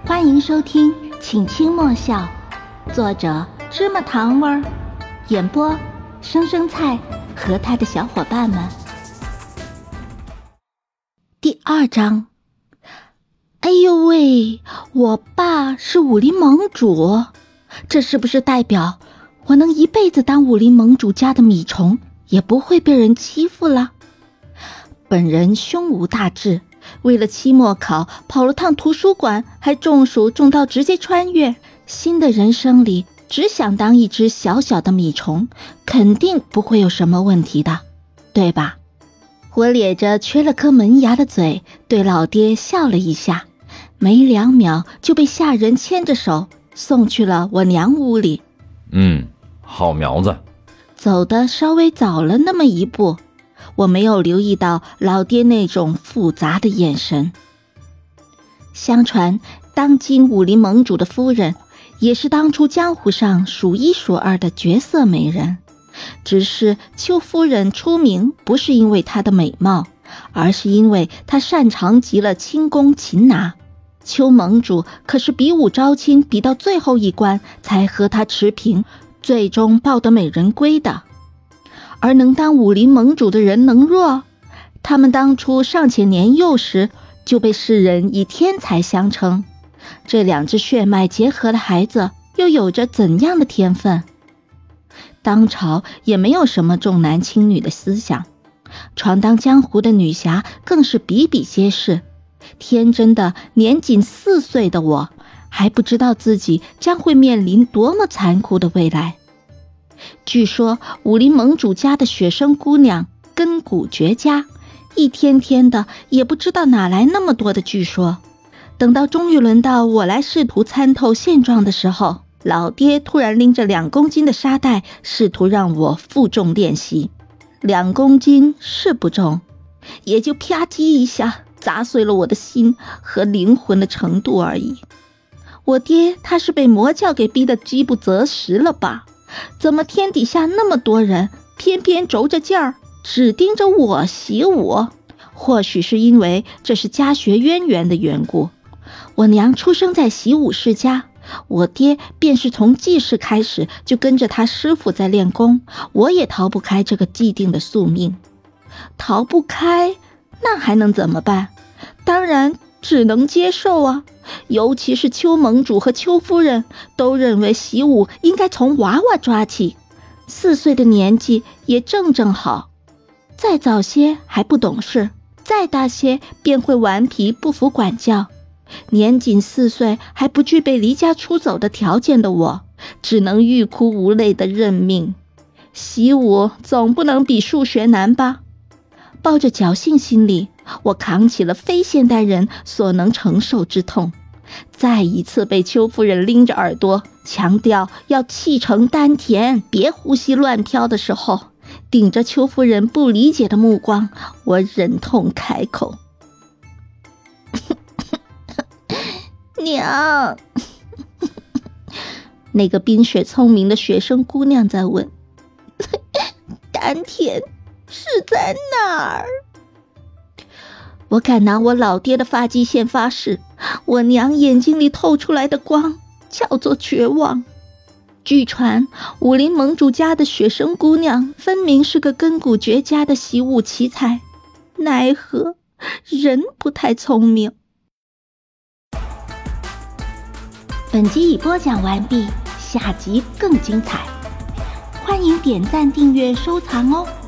欢迎收听《请轻莫笑》，作者芝麻糖味儿，演播生生菜和他的小伙伴们。第2章。哎呦喂，我爸是武林盟主，这是不是代表我能一辈子当武林盟主家的米虫，也不会被人欺负了？本人胸无大志，为了期末考跑了趟图书馆，还中暑中到直接穿越。新的人生里只想当一只小小的米虫，肯定不会有什么问题的，对吧？我咧着缺了颗门牙的嘴，对老爹笑了一下，没2秒就被下人牵着手送去了我娘屋里。 好苗子。 走得稍微早了那么一步，我没有留意到老爹那种复杂的眼神。相传当今武林盟主的夫人也是当初江湖上数1数2的绝色美人，只是邱夫人出名不是因为她的美貌，而是因为她擅长极了轻功擒拿。邱盟主可是比武招亲，比到最后一关才和她持平，最终抱得美人归的。而能当武林盟主的人能弱？他们当初尚且年幼时就被世人以天才相称，这2只血脉结合的孩子又有着怎样的天分？当朝也没有什么重男轻女的思想，闯荡江湖的女侠更是比比皆是。天真的年仅4岁的我，还不知道自己将会面临多么残酷的未来。据说武林盟主家的雪生姑娘根骨绝佳，一天天的也不知道哪来那么多的据说。等到终于轮到我来试图参透现状的时候，老爹突然拎着2公斤的沙袋，试图让我负重练习。2公斤是不重，也就啪叽一下砸碎了我的心和灵魂的程度而已。我爹他是被魔教给逼得饥不择食了吧？怎么天底下那么多人偏偏轴着劲儿只盯着我习武？或许是因为这是家学渊源的缘故。我娘出生在习武世家，我爹便是从记事开始就跟着他师傅在练功，我也逃不开这个既定的宿命。逃不开，那还能怎么办？当然只能接受啊！尤其是邱盟主和邱夫人都认为习武应该从娃娃抓起，4岁的年纪也正正好，再早些还不懂事，再大些便会顽皮不服管教。年仅4岁还不具备离家出走的条件的我，只能欲哭无泪的认命。习武总不能比数学难吧？抱着侥幸心理，我扛起了非现代人所能承受之痛，再一次被邱夫人拎着耳朵强调要气沉丹田，别呼吸乱飘的时候，顶着邱夫人不理解的目光，我忍痛开口：娘。那个冰雪聪明的学生姑娘在问：丹田是在哪儿？我敢拿我老爹的发际线发誓，我娘眼睛里透出来的光叫做绝望。据传武林盟主家的雪生姑娘分明是个根骨绝佳的习武奇才，奈何人不太聪明。本集已播讲完毕，下集更精彩，欢迎点赞订阅收藏哦。